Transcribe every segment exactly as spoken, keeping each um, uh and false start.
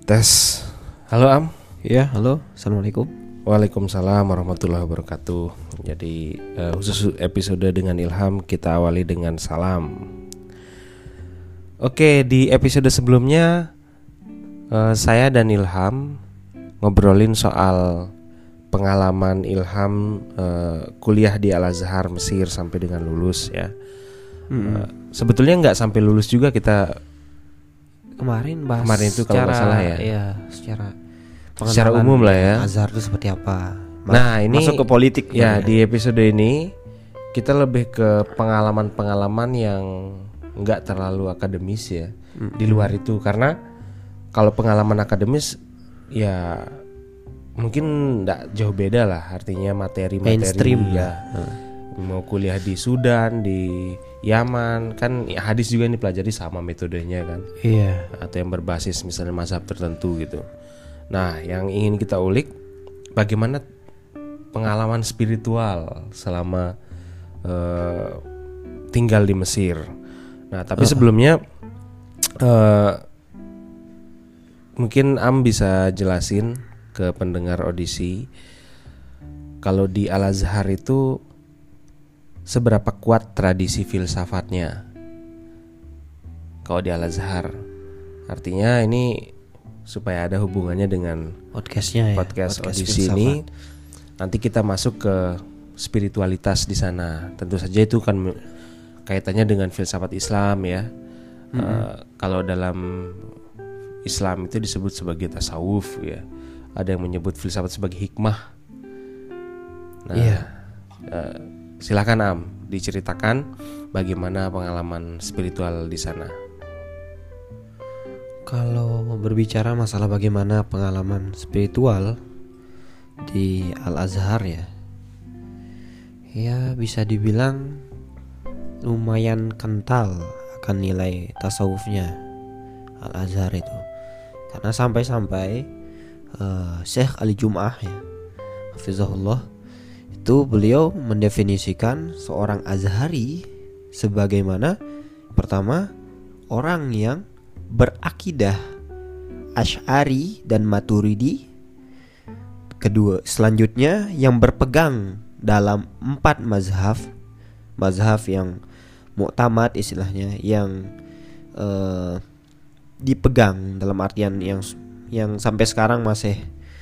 Tes. Halo Am. Ya, halo. Assalamualaikum. Waalaikumsalam warahmatullahi wabarakatuh. Jadi uh, khusus episode dengan Ilham kita awali dengan salam. Oke, di episode sebelumnya uh, saya dan Ilham ngobrolin soal pengalaman Ilham uh, kuliah di Al-Azhar Mesir sampai dengan lulus ya. Hmm. Uh, sebetulnya nggak sampai lulus juga kita kemarin bahas kemarin itu kalau nggak salah ya. Iya, secara secara umum lah ya. Azhar itu seperti apa? Mas, nah, ini masuk ke politik ya, ya. Di episode ini kita lebih ke pengalaman-pengalaman yang nggak terlalu akademis ya. Hmm. Di luar itu, karena kalau pengalaman akademis ya mungkin nggak jauh beda lah, artinya materi-materi mainstream ya. Hmm. Mau kuliah di Sudan, di Yaman, kan ya, hadis juga ini pelajari sama metodenya kan. Iya. Atau yang berbasis misalnya mazhab tertentu gitu. Nah, yang ingin kita ulik bagaimana pengalaman spiritual selama uh, tinggal di Mesir. Nah, tapi uh. sebelumnya uh, mungkin Am bisa jelasin ke pendengar audisi kalau di Al-Azhar itu seberapa kuat tradisi filsafatnya. Kalau di Al-Azhar, artinya ini supaya ada hubungannya dengan podcastnya ya, podcast, podcast audisi filsafat. Ini nanti kita masuk ke spiritualitas di sana. Tentu saja itu kan kaitannya dengan filsafat Islam ya. Mm-hmm. Uh, kalau dalam Islam itu disebut sebagai tasawuf ya. Ada yang menyebut filsafat sebagai hikmah. Nah, yeah. uh, silakan Am, diceritakan bagaimana pengalaman spiritual di sana. Kalau berbicara masalah bagaimana pengalaman spiritual di Al-Azhar ya, ya bisa dibilang lumayan kental akan nilai tasawufnya Al-Azhar itu. Karena sampai-sampai uh, Syekh Ali Jum'ah ya, hafizahullah, itu beliau mendefinisikan seorang Azhari sebagaimana pertama orang yang berakidah Asy'ari dan Maturidi. Kedua, selanjutnya yang berpegang dalam empat mazhab, mazhab yang mu'tamad istilahnya, yang uh, dipegang dalam artian yang yang sampai sekarang masih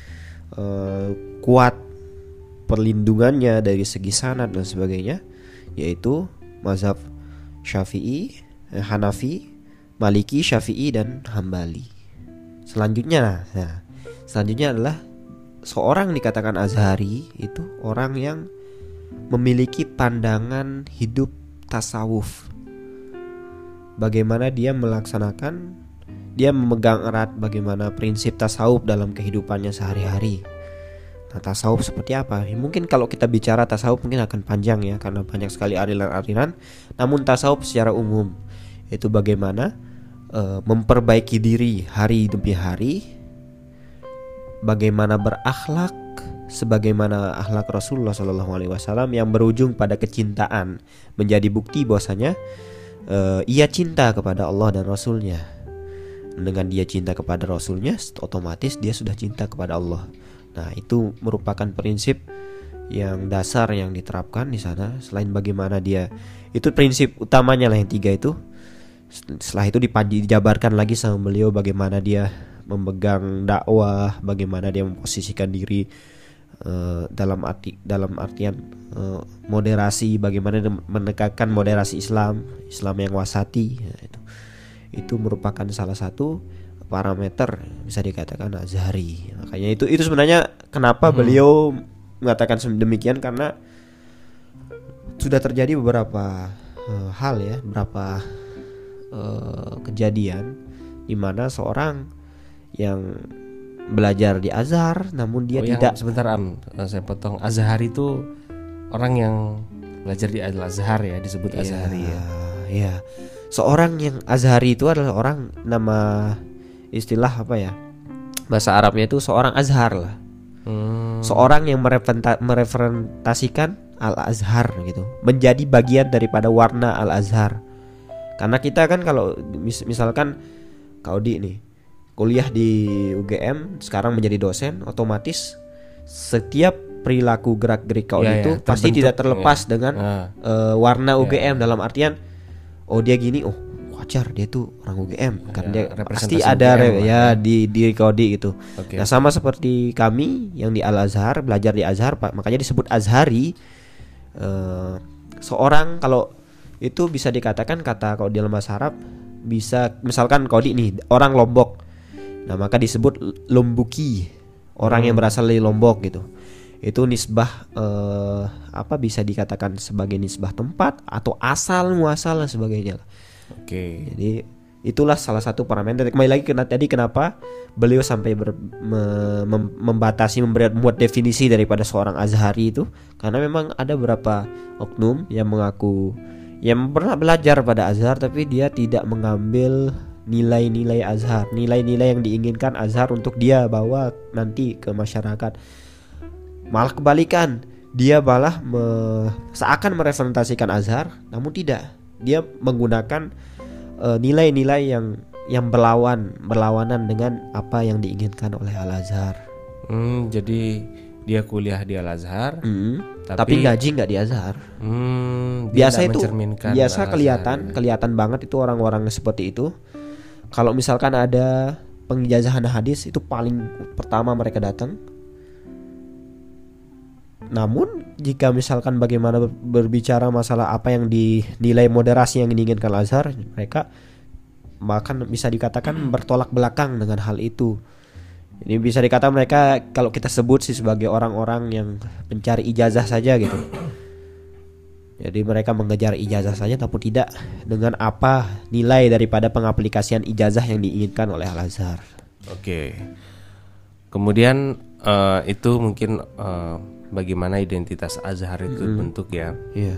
uh, kuat perlindungannya dari segi sanad dan sebagainya, yaitu mazhab Syafi'i, eh, Hanafi, Maliki, Syafi'i dan Hambali. Selanjutnya, nah, selanjutnya adalah seorang dikatakan Azhari itu orang yang memiliki pandangan hidup tasawuf. Bagaimana dia melaksanakan, dia memegang erat bagaimana prinsip tasawuf dalam kehidupannya sehari-hari. Nah, tasawuf seperti apa? Ya, mungkin kalau kita bicara tasawuf mungkin akan panjang ya, karena banyak sekali aliran-aliran. Namun tasawuf secara umum itu bagaimana uh, memperbaiki diri hari demi hari, bagaimana berakhlak sebagaimana akhlak Rasulullah shallallahu alaihi wasallam yang berujung pada kecintaan, menjadi bukti bahwasanya uh, ia cinta kepada Allah dan Rasulnya. Dengan dia cinta kepada Rasulnya, otomatis dia sudah cinta kepada Allah. Nah, itu merupakan prinsip yang dasar yang diterapkan di sana. Selain bagaimana dia, itu prinsip utamanya lah yang tiga itu. Setelah itu dijabarkan lagi sama beliau bagaimana dia memegang dakwah, bagaimana dia memposisikan diri uh, dalam arti dalam artian uh, moderasi, bagaimana dia menegakkan moderasi Islam, Islam yang wasati. Ya, itu, itu merupakan salah satu parameter bisa dikatakan Azhari. Makanya itu itu sebenarnya kenapa hmm. beliau mengatakan demikian, karena sudah terjadi beberapa uh, hal ya, beberapa uh, kejadian di mana seorang yang belajar di Azhar namun dia oh, tidak yang, sebentar Am, saya potong. Azhari itu orang yang belajar di Al-Azhar ya, disebut ya, Azhari ya. Ya. Seorang yang Azhari itu adalah orang, nama istilah apa ya, bahasa Arabnya itu seorang Azhar lah. hmm. Seorang yang merepresentasikan Al-Azhar gitu, menjadi bagian daripada warna Al-Azhar. Karena kita kan kalau mis- misalkan Kak Odi nih, kuliah di U G M, sekarang menjadi dosen, otomatis setiap perilaku gerak-gerik kau Ya, itu ya, pasti terbentuk, tidak terlepas ya. dengan Ah. uh, warna U G M, Ya. dalam artian oh dia gini, oh wajar dia tuh orang U G M kan, Ya, dia representasi pasti ada U G M re- lah, ya ya. di di kode gitu. Oke. Nah sama seperti kami yang di Al Azhar, belajar di Azhar, Pak, makanya disebut Azhari. Uh, seorang kalau itu bisa dikatakan, kata kalau di dalam bahasa Arab bisa, misalkan Kodi nih orang Lombok, nah maka disebut Lombuki, orang Hmm. yang berasal dari Lombok gitu. Itu nisbah uh, apa bisa dikatakan sebagai nisbah tempat atau asal muasal dan sebagainya. Oke. Jadi itulah salah satu parameter. Kembali lagi ke tadi, kenapa beliau sampai ber, me- mem- membatasi, memberi, membuat definisi daripada seorang Azhari itu, karena memang ada beberapa oknum yang mengaku yang pernah belajar pada Azhar, tapi dia tidak mengambil nilai-nilai Azhar, nilai-nilai yang diinginkan Azhar untuk dia bawa nanti ke masyarakat. Malah kebalikan, dia malah me- seakan merepresentasikan Azhar, namun tidak. Dia menggunakan uh, nilai-nilai yang yang berlawan berlawanan dengan apa yang diinginkan oleh Al Azhar. Hmm, jadi dia kuliah di Al Azhar, Mm. tapi, Tapi gaji nggak di Azhar. hmm, dia Biasa nggak itu mencerminkan biasa Al-Azhar, kelihatan ya. kelihatan banget itu orang-orang seperti itu. Kalau misalkan ada pengijazahan hadis, itu paling pertama mereka datang. Namun jika misalkan bagaimana ber- berbicara masalah apa yang dinilai moderasi yang diinginkan Al Azhar, mereka bahkan bisa dikatakan bertolak belakang dengan hal itu. Ini bisa dikatakan mereka kalau kita sebut sih sebagai orang-orang yang pencari ijazah saja gitu. Jadi mereka mengejar ijazah saja, tapi tidak dengan apa nilai daripada pengaplikasian ijazah yang diinginkan oleh Al Azhar. Oke. Kemudian eh, itu mungkin eh, bagaimana identitas Azhar itu bentuk ya. Iya.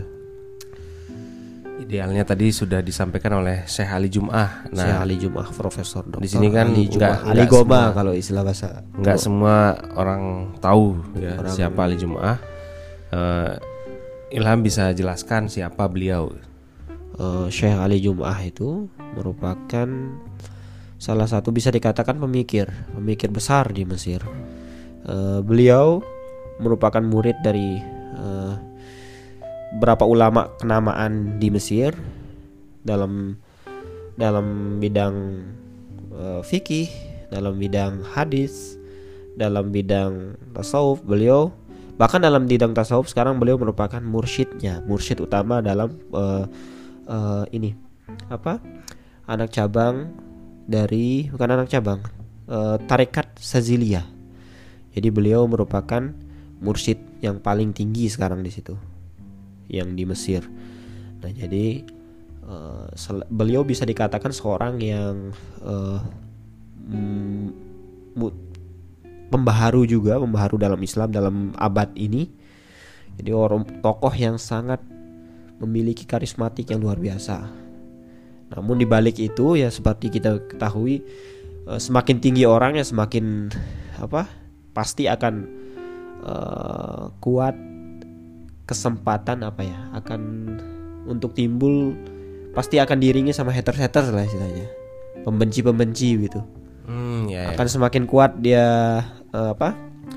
Idealnya tadi sudah disampaikan oleh Syekh Ali Jum'ah. Nah, Syekh Nah, Ali Jum'ah, Profesor Doktor di sini kan Ali nggak- Jum'ah, Ali nggak Goma semua- kalau istilah bahasa. nggak semua orang tahu ya Orang- siapa Ali Jum'ah. Eh, Ilham bisa jelaskan siapa beliau? Eh, Syekh Ali Jum'ah itu merupakan salah satu bisa dikatakan pemikir, pemikir besar di Mesir. Eh, beliau merupakan murid dari eh, beberapa ulama kenamaan di Mesir dalam dalam bidang eh, fikih, dalam bidang hadis, dalam bidang tasawuf. Beliau bahkan dalam bidang tasawuf sekarang beliau merupakan mursyidnya, mursyid utama dalam eh, eh, ini apa anak cabang dari bukan anak cabang eh, tarekat Saziliyah. Jadi beliau merupakan mursyid yang paling tinggi sekarang di situ, yang di Mesir. Nah jadi uh, sel- beliau bisa dikatakan seorang yang uh, mm, mu- pembaharu juga, pembaharu dalam Islam dalam abad ini. Jadi orang tokoh yang sangat memiliki karismatik yang luar biasa. Namun di balik itu ya seperti kita ketahui, uh, semakin tinggi orangnya semakin apa? Pasti akan Uh, kuat kesempatan apa ya akan untuk timbul, pasti akan diiringi sama haters-haters lah istilahnya, pembenci-pembenci gitu. Hmm, ya, ya. Akan semakin kuat dia uh, apa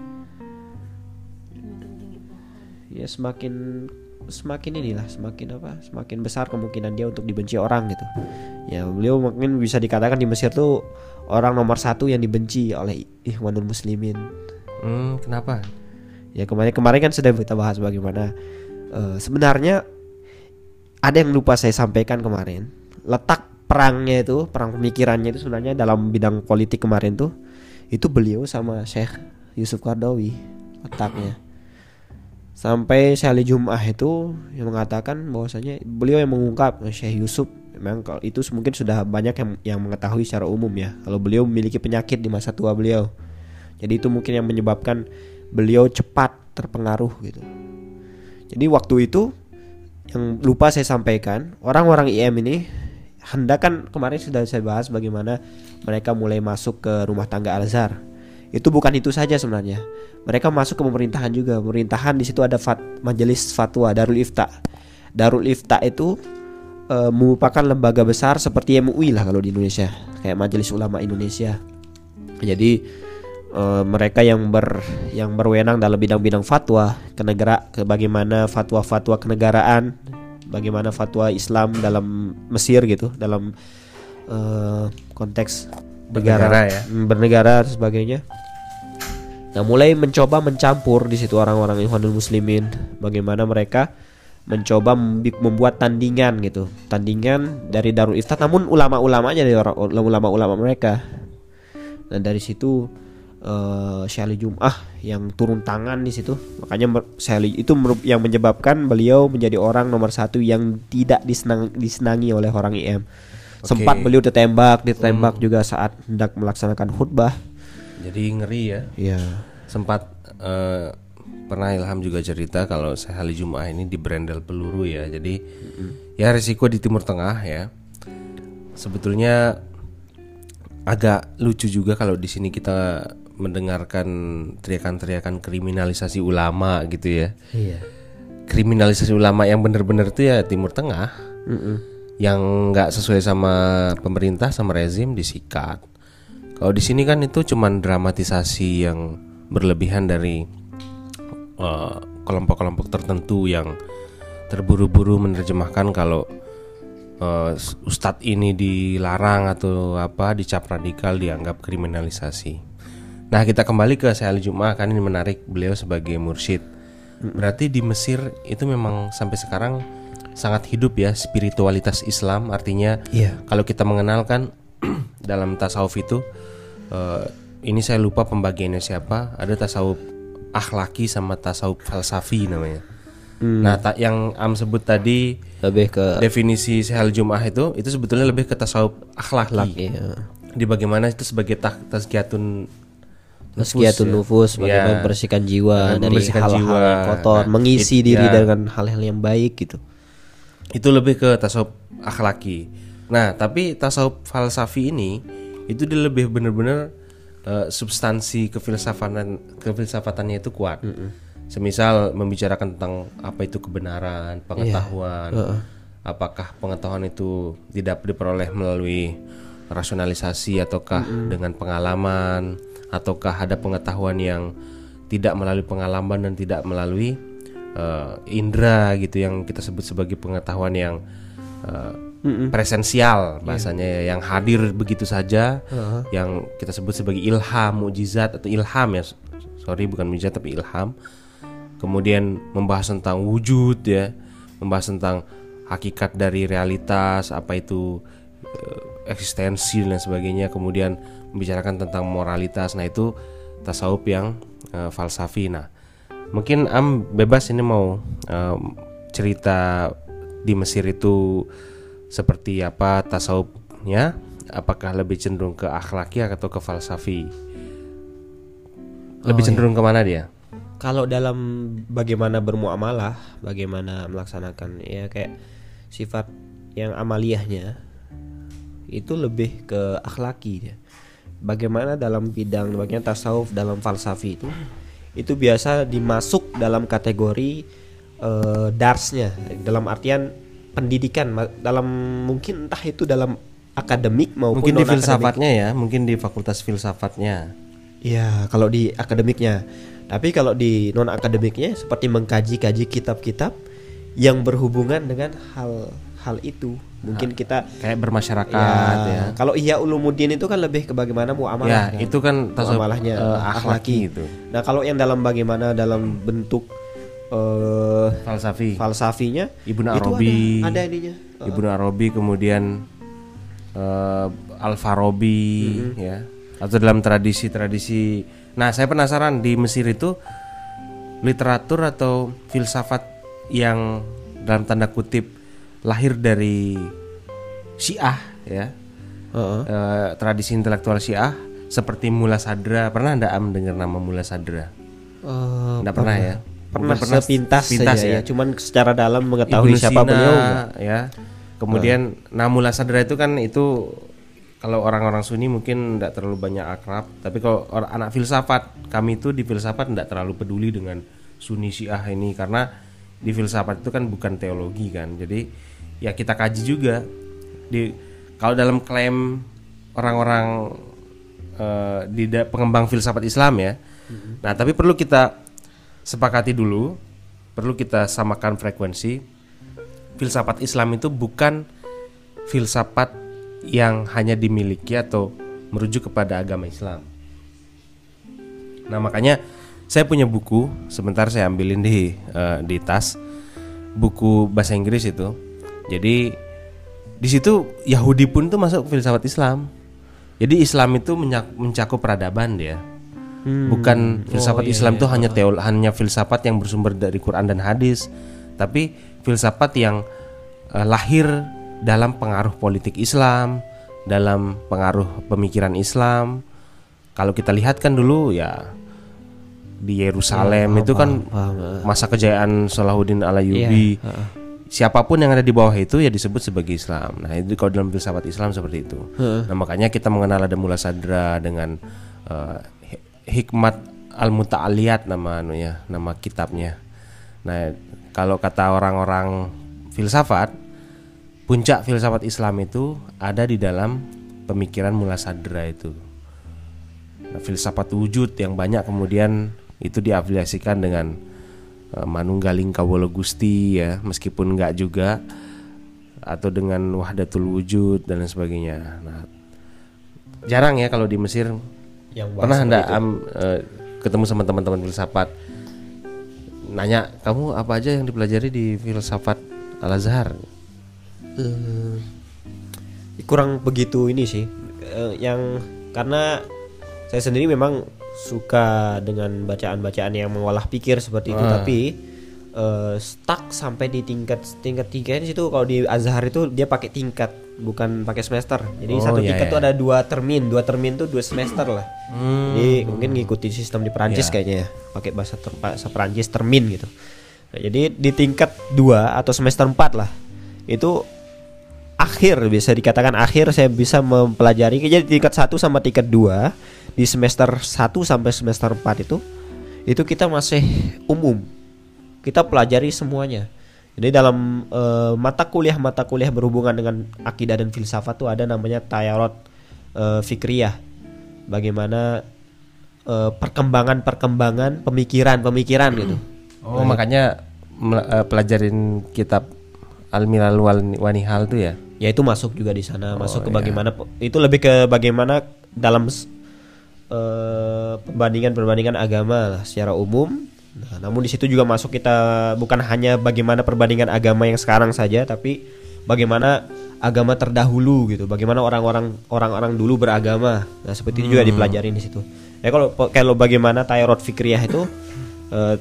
ya semakin semakin inilah semakin apa semakin besar kemungkinan dia untuk dibenci orang gitu. Ya beliau mungkin bisa dikatakan di Mesir tuh orang nomor satu yang dibenci oleh Ikhwanul Muslimin. Hmm, kenapa? Ya kemarin-kemarin kan sudah kita bahas bagaimana uh, sebenarnya ada yang lupa saya sampaikan kemarin. Letak perangnya itu, perang pemikirannya itu sebenarnya dalam bidang politik kemarin tuh, itu beliau sama Syekh Yusuf Qaradawi letaknya. Sampai Syekh Ali Jum'ah itu yang mengatakan bahwasanya beliau yang mengungkap, Syekh Yusuf memang kalau itu mungkin sudah banyak yang yang mengetahui secara umum ya, kalau beliau memiliki penyakit di masa tua beliau. Jadi itu mungkin yang menyebabkan beliau cepat terpengaruh gitu. Jadi waktu itu yang lupa saya sampaikan, orang-orang I M ini hendak kan kemarin sudah saya bahas bagaimana mereka mulai masuk ke rumah tangga Al-Azhar. Itu bukan itu saja sebenarnya. Mereka masuk ke pemerintahan juga. Pemerintahan di situ ada fat, majelis fatwa Darul Ifta. Darul Ifta itu e, merupakan lembaga besar seperti M U I lah kalau di Indonesia, kayak Majelis Ulama Indonesia. Jadi uh, mereka yang ber yang berwenang dalam bidang-bidang fatwa ke negara, ke bagaimana fatwa-fatwa kenegaraan, bagaimana fatwa Islam dalam Mesir gitu, dalam uh, konteks negara, Bernegara ya. bernegara dan sebagainya. Nah, mulai mencoba mencampur di situ orang-orang Ikhwanul Muslimin, bagaimana mereka mencoba membuat tandingan gitu, tandingan dari Darul Ifta, namun ulama-ulamanya dari orang ulama-ulama mereka. Dan dari situ uh, Syekh Ali Jum'ah yang turun tangan di situ, makanya Syekh Ali itu yang menyebabkan beliau menjadi orang nomor satu yang tidak disenang, disenangi oleh orang I M. Okay. Sempat beliau ditembak, ditembak hmm. juga saat hendak melaksanakan khutbah. Jadi ngeri ya. Iya. Sempat uh, pernah Ilham juga cerita kalau Syekh Ali Jum'ah ini diberendel peluru ya. Jadi mm-hmm. ya risiko di Timur Tengah ya. Sebetulnya agak lucu juga kalau di sini kita mendengarkan teriakan-teriakan kriminalisasi ulama gitu ya. Iya. Kriminalisasi ulama yang benar-benar itu ya Timur Tengah. Mm-mm. Yang nggak sesuai sama pemerintah sama rezim disikat. Kalau di sini kan itu cuman dramatisasi yang berlebihan dari uh, kelompok-kelompok tertentu yang terburu-buru menerjemahkan kalau uh, ustadz ini dilarang atau apa, dicap radikal, dianggap kriminalisasi. Nah, kita kembali ke Syekh Ali Jum'ah, kan ini menarik beliau sebagai mursyid. Berarti di Mesir itu memang sampai sekarang sangat hidup ya spiritualitas Islam. Artinya yeah. kalau kita mengenalkan dalam tasawuf itu uh, ini saya lupa pembagiannya siapa. Ada tasawuf akhlaki sama tasawuf falsafi namanya. Hmm. Nah, ta- yang Am sebut tadi lebih ke definisi Syekh Ali Jum'ah itu itu sebetulnya lebih ke tasawuf akhlaki. Ya. Di bagaimana itu sebagai ta- tazkiyatun tazkiyatun nufus, bagaimana ya. membersihkan jiwa dari membersihkan hal-hal jiwa. yang kotor, nah, mengisi it, diri ya. dengan hal-hal yang baik gitu. Itu lebih ke tasawuf akhlaki. Nah, tapi tasawuf falsafi ini itu dia lebih benar-benar Uh, substansi kefilsafatan kefilsafatannya itu kuat. Mm-mm. Semisal membicarakan tentang apa itu kebenaran, pengetahuan, yeah. uh-uh. apakah pengetahuan itu tidak diperoleh melalui rasionalisasi ataukah mm-hmm. dengan pengalaman, ataukah ada pengetahuan yang tidak melalui pengalaman dan tidak melalui uh, indera gitu, yang kita sebut sebagai pengetahuan yang uh, Mm-mm. presensial bahasanya, yeah. yang hadir begitu saja, uh-huh. yang kita sebut sebagai ilham, mukjizat atau ilham ya, sorry bukan mukjizat tapi ilham. Kemudian membahas tentang wujud ya, membahas tentang hakikat dari realitas, apa itu uh, eksistensi dan sebagainya. Kemudian membicarakan tentang moralitas. Nah, itu tasawuf yang uh, falsafi. Nah, mungkin Am bebas ini mau uh, cerita di Mesir itu seperti apa tasawufnya, apakah lebih cenderung ke akhlaki atau ke falsafi? Lebih oh, cenderung iya. kemana dia? Kalau dalam bagaimana bermuamalah, bagaimana melaksanakan ya kayak sifat yang amaliyahnya itu lebih ke akhlaki dia. Bagaimana dalam bidang bagian tasawuf dalam falsafi itu itu biasa dimasuk dalam kategori uh, darsnya, dalam artian pendidikan, dalam mungkin entah itu dalam akademik maupun mungkin di filsafatnya ya, mungkin di fakultas filsafatnya. Ya, kalau di akademiknya. Tapi kalau di non akademiknya seperti mengkaji-kaji kitab-kitab yang berhubungan dengan hal-hal itu. Mungkin nah, kita kayak bermasyarakat ya. ya. Kalau Ihya Ulumuddin itu kan lebih ke bagaimana muamalah. Ya, kan? Itu kan muamalahnya uh, akhlaki itu. Nah, kalau yang dalam bagaimana dalam bentuk Uh, falsafi, falsafinya Ibnu Arabi, ada, ada ininya. Uh. Ibnu Arabi, kemudian uh, Al-Farabi, mm-hmm. ya, atau dalam tradisi-tradisi. Nah, saya penasaran di Mesir itu literatur atau filsafat yang dalam tanda kutip lahir dari Syiah, ya, uh-uh. uh, tradisi intelektual Syiah seperti Mulla Sadra. Pernah Anda mendengar nama Mulla Sadra? Uh, Nggak pernah, pernah ya? Pernah, pernah sepintas pintas saja ya. ya, cuman secara dalam mengetahui Ibnu siapa Sina, beliau ya. Kemudian uh. nah Mulla Sadra itu kan itu kalau orang-orang Sunni mungkin tidak terlalu banyak akrab, tapi kalau orang anak filsafat, kami itu di filsafat tidak terlalu peduli dengan Sunni Syiah ini, karena di filsafat itu kan bukan teologi kan. Jadi ya kita kaji juga di kalau dalam klaim orang-orang uh, di da- pengembang filsafat Islam ya. Mm-hmm. Nah, tapi perlu kita sepakati dulu, perlu kita samakan frekuensi. Filsafat Islam itu bukan filsafat yang hanya dimiliki atau merujuk kepada agama Islam. Nah, makanya saya punya buku, sebentar saya ambilin di uh, di tas, buku bahasa Inggris itu. Jadi di situ Yahudi pun tuh masuk filsafat Islam. Jadi Islam itu mencakup peradaban dia. Hmm. Bukan filsafat oh, iya, Islam itu iya. hanya teol, hanya filsafat yang bersumber dari Quran dan hadis, tapi filsafat yang uh, lahir dalam pengaruh politik Islam, dalam pengaruh pemikiran Islam. Kalau kita lihat kan dulu ya di Yerusalem oh, itu apa, kan apa, masa kejayaan Salahuddin Al-Ayyubi. Iya, uh. Siapapun yang ada di bawah itu ya disebut sebagai Islam. Nah, itu kalau dalam filsafat Islam seperti itu. Uh. Nah, makanya kita mengenal ada Mula Sadra dengan uh, Hikmat Al-Muta'aliyat nama anunya, nama kitabnya. Nah, kalau kata orang-orang filsafat, puncak filsafat Islam itu ada di dalam pemikiran Mula Sadra itu. Nah, filsafat wujud yang banyak kemudian itu diafiliasikan dengan uh, Manunggaling Kawula Gusti ya, meskipun enggak juga, atau dengan Wahdatul Wujud dan lain sebagainya. Nah, jarang ya kalau di Mesir. Yang pernah enggak um, uh, ketemu sama teman-teman filsafat nanya, kamu apa aja yang dipelajari di filsafat Al-Azhar? Uh, kurang begitu ini sih, uh, yang karena saya sendiri memang suka dengan bacaan-bacaan yang mengolah pikir seperti itu, ah. tapi uh, stuck sampai di tingkat tingkat tiga di situ. Kalau di Azhar itu dia pakai tingkat, bukan pakai semester. Jadi oh, satu iya, tingkat itu iya. ada dua termin, dua termin itu dua semester lah. Hmm. Jadi mungkin ngikutin sistem di Perancis yeah. kayaknya ya, pakai bahasa, ter- bahasa Perancis termin gitu. Nah, jadi di tingkat dua atau semester empat lah, itu akhir, bisa dikatakan akhir saya bisa mempelajari. Jadi tingkat satu sama tingkat dua di semester satu sampai semester empat itu itu kita masih umum. Kita pelajari semuanya. Jadi dalam uh, mata kuliah-mata kuliah berhubungan dengan akidah dan filsafat tuh ada namanya Tayarot uh, Fikriyah. Bagaimana uh, perkembangan-perkembangan pemikiran-pemikiran gitu. Oh, nah, makanya mel- uh, pelajarin kitab Al-Milal wa Nihal tuh ya. Ya itu masuk juga di sana, oh, masuk ke bagaimana ya. Itu lebih ke bagaimana dalam uh, perbandingan-perbandingan agama lah secara umum. Nah, namun di situ juga masuk kita bukan hanya bagaimana perbandingan agama yang sekarang saja, tapi bagaimana agama terdahulu gitu, bagaimana orang-orang orang-orang dulu beragama. Nah, seperti itu hmm. juga dipelajari di situ. Ya kalau kalau bagaimana Tayarot Fikriyah itu uh,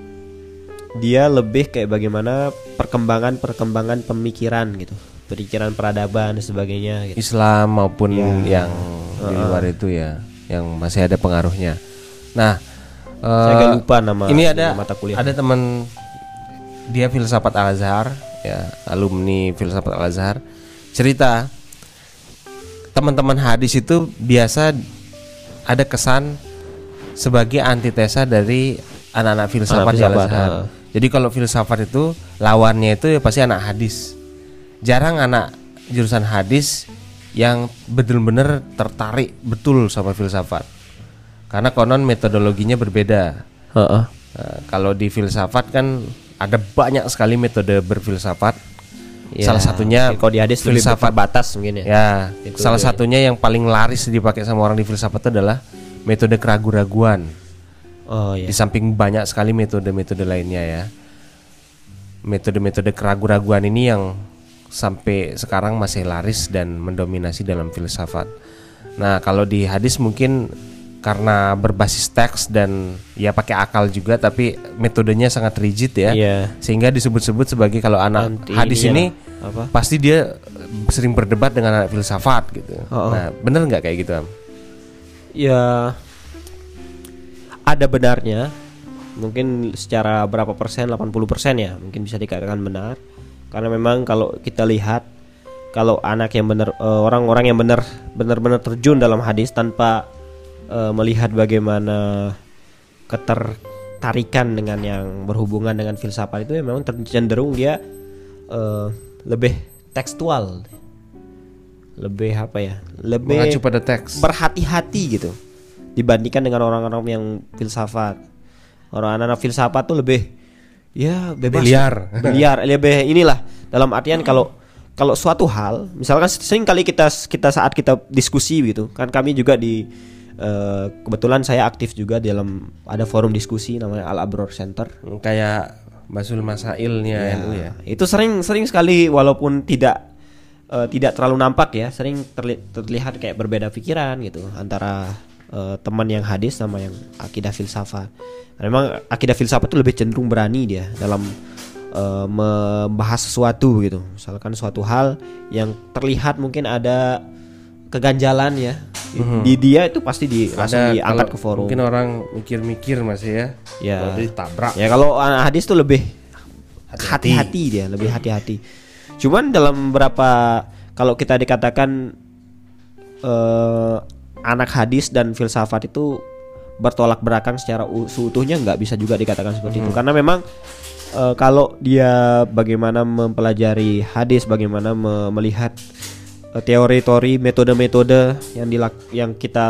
dia lebih kayak bagaimana perkembangan-perkembangan pemikiran gitu, pemikiran peradaban dan sebagainya gitu. Islam maupun ya. yang uh, di luar itu ya, yang masih ada pengaruhnya. Nah, saya agak lupa nama ini ada mata kuliah. Ada teman dia filsafat Al-Azhar ya, alumni filsafat Al-Azhar, cerita teman-teman hadis itu biasa ada kesan sebagai antitesa dari anak-anak filsafat di Al-Azhar. Uh. Jadi kalau filsafat itu lawannya itu ya pasti anak hadis. Jarang anak jurusan hadis yang benar-benar tertarik betul sama filsafat. Karena konon metodologinya berbeda. Uh-uh. Nah, kalau di filsafat kan ada banyak sekali metode berfilsafat. Ya, salah satunya kalau di hadis filsafat batas mungkin ya. Ya, itu salah dia. Satunya yang paling laris dipakai sama orang di filsafat itu adalah metode keraguan-raguan. Oh, iya. Di samping banyak sekali metode-metode lainnya ya. Metode-metode keraguan-raguan ini yang sampai sekarang masih laris dan mendominasi dalam filsafat. Nah, kalau di hadis mungkin karena berbasis teks dan ya pakai akal juga, tapi metodenya sangat rigid ya, yeah. Sehingga disebut-sebut sebagai kalau anak Anti hadis ini apa? Pasti dia sering berdebat dengan anak filsafat gitu. Oh, oh. Nah, bener nggak kayak gitu, Am? Ya, ada benarnya. Mungkin secara berapa persen, delapan puluh persen ya, mungkin bisa dikatakan benar. Karena memang kalau kita lihat, kalau anak yang benar, orang-orang yang benar benar-benar terjun dalam hadis tanpa Uh, melihat bagaimana ketertarikan dengan yang berhubungan dengan filsafat itu ya memang cenderung dia uh, lebih tekstual, lebih apa ya? Lebih mengacu pada teks. berhati-hati gitu dibandingkan dengan orang-orang yang filsafat. Orang anak filsafat tuh lebih ya bebas, liar, liar, lebih inilah dalam artian kalau kalau suatu hal, misalkan sering kali kita kita saat kita diskusi gitu kan, kami juga di uh, kebetulan saya aktif juga dalam ada forum diskusi namanya Al Abror Center. Kayak Basul Masailnya Ya, N U ya. itu sering sering sekali walaupun tidak uh, tidak terlalu nampak ya, sering terli- terlihat kayak berbeda pikiran gitu antara uh, teman yang hadis sama yang akidah filsafat. Memang akidah filsafat itu lebih cenderung berani dia dalam uh, membahas sesuatu gitu. Misalkan suatu hal yang terlihat mungkin ada keganjalan ya, mm-hmm. di dia itu pasti di langsung diangkat ke forum. Mungkin orang mikir-mikir masih ya. Ya. Kalau ditabrak. Ya kalau hadis tuh lebih Hati-hati. hati-hati dia, lebih hati-hati. Cuman dalam beberapa kalau kita dikatakan uh, anak hadis dan filsafat itu bertolak belakang secara seutuhnya, nggak bisa juga dikatakan seperti mm-hmm. itu karena memang uh, kalau dia bagaimana mempelajari hadis, bagaimana me- melihat uh, teori-teori, metode-metode yang dilak- yang kita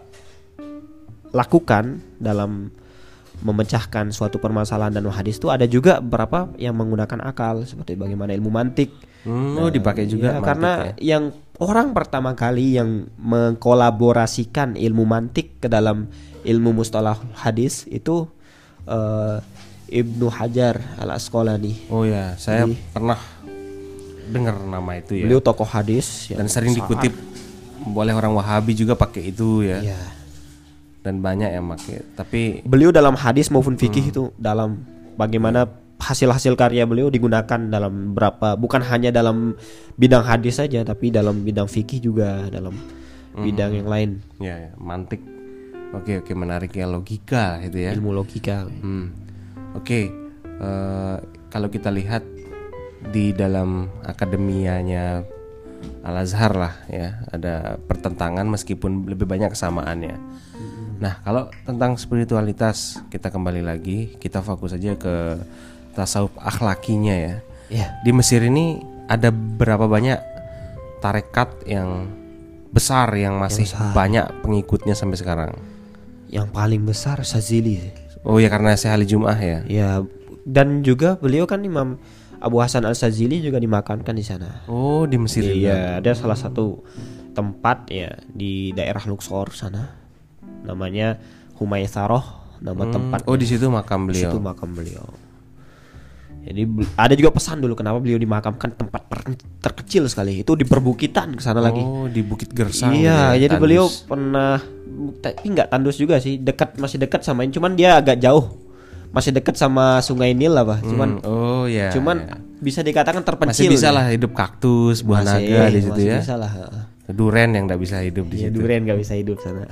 lakukan dalam memecahkan suatu permasalahan dan hadis itu ada juga beberapa yang menggunakan akal seperti bagaimana ilmu mantik. Hmm, nah, dipakai juga ya, karena ya. yang orang pertama kali yang mengkolaborasikan ilmu mantik ke dalam ilmu mustalah hadis itu uh, Ibnu Hajar Al-Asqalani. Oh ya, saya Jadi, pernah dengar nama itu ya. Beliau tokoh hadis dan sering dikutip oleh orang Wahabi juga pakai itu ya. Ya. Dan banyak yang pakai. Tapi beliau dalam hadis maupun fikih hmm. itu dalam bagaimana hasil-hasil karya beliau digunakan dalam berapa, bukan hanya dalam bidang hadis saja tapi dalam bidang fikih juga, dalam hmm. bidang yang lain. Ya, ya, mantik. Oke oke menarik ya, logika itu ya. Ilmu logika. Hmm. Oke, uh, kalau kita lihat di dalam akademianya Al-Azhar lah ya, ada pertentangan meskipun lebih banyak kesamaannya. Hmm. Nah kalau tentang spiritualitas kita kembali lagi, kita fokus aja ke tasawuf akhlakinya ya. Yeah. Di Mesir ini ada berapa banyak tarekat yang besar yang masih yang besar. banyak pengikutnya sampai sekarang? Yang paling besar Sazili. Oh ya, karena Syekh Ali Jum'ah ya. Ya, dan juga beliau kan Imam Abu Hasan Al-Sazili juga dimakamkan di sana. Oh, di Mesir juga. Iya, ada salah satu tempat ya di daerah Luxor sana. Namanya Humaytharoh, nama hmm. tempat. Oh, di situ makam beliau. Di situ makam beliau. Jadi ada juga pesan dulu kenapa beliau dimakamkan tempat per- terkecil sekali. Itu di perbukitan ke sana oh, lagi. Oh, di Bukit Gersang. Iya, ya, jadi Tandus. beliau pernah, tapi nggak Tandus juga sih, dekat, masih dekat sama ini, cuman dia agak jauh, masih dekat sama Sungai Nil lah, Pak. Cuman, hmm, oh ya, cuman ya. bisa dikatakan terpencil. Masih bisa lah hidup kaktus, buah Masih, naga di situ masih ya. Bisa lah. Duren yang nggak bisa hidup di Ya, situ. duren nggak bisa hidup sana.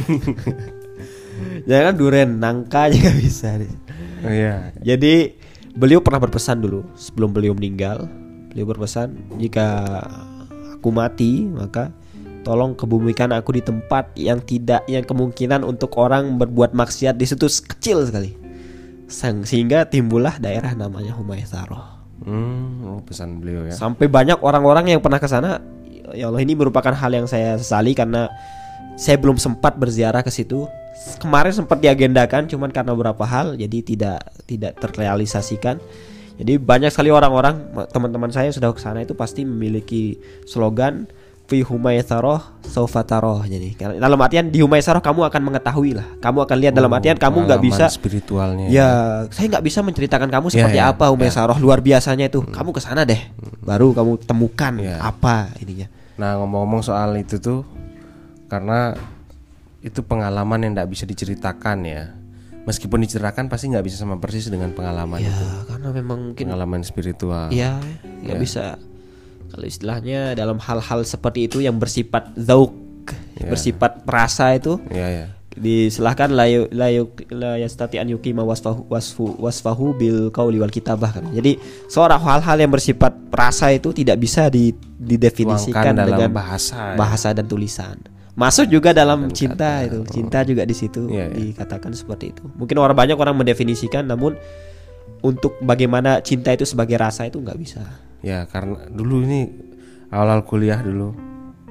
Jangan duren, nangka aja nggak bisa. Oh iya. Jadi beliau pernah berpesan dulu sebelum beliau meninggal. Beliau berpesan, jika aku mati maka tolong kebumikan aku di tempat yang tidak, yang kemungkinan untuk orang berbuat maksiat di situ kecil sekali, sehingga timbullah daerah namanya Humaytharoh. Hmm, oh, pesan beliau ya. Sampai banyak orang-orang yang pernah ke sana. Ya Allah, ini merupakan hal yang saya sesali karena saya belum sempat berziarah ke situ. Kemarin sempat diagendakan, cuman karena beberapa hal jadi tidak tidak terrealisasikan. Jadi banyak sekali orang-orang, teman-teman saya yang sudah ke sana itu pasti memiliki slogan fi Humaytharoh saufa-taroh. Jadi dalam artian di Humaytharoh kamu akan mengetahui lah, kamu akan lihat. Oh, dalam artian kamu nggak bisa spiritualnya. Ya, saya nggak bisa menceritakan kamu seperti ya, ya, apa Humaytharoh ya. Luar biasanya itu. Hmm. Kamu ke sana deh, hmm. baru kamu temukan ya. apa ininya. Nah, ngomong-ngomong soal itu tuh, karena itu pengalaman yang nggak bisa diceritakan ya. Meskipun diceritakan pasti nggak bisa sama persis dengan pengalaman ya, itu. Karena memang mungkin pengalaman spiritual. Iya, nggak ya. bisa. Kalau istilahnya dalam hal-hal seperti itu yang bersifat zauk, ya. bersifat perasa itu, ya, ya. disilahkan layu layu la yastati an yuqima wasfahu wasfu wasfahu bil qauli wal kitabah kan. Jadi seorang hal-hal yang bersifat perasa itu tidak bisa didefinisikan dengan bahasa, bahasa ya. dan tulisan. Masuk juga dalam dan cinta kata, itu, oh. cinta juga di situ ya, ya. dikatakan seperti itu. Mungkin orang banyak orang mendefinisikan, namun untuk bagaimana cinta itu sebagai rasa itu nggak bisa. Ya, karena dulu ini awal-awal kuliah dulu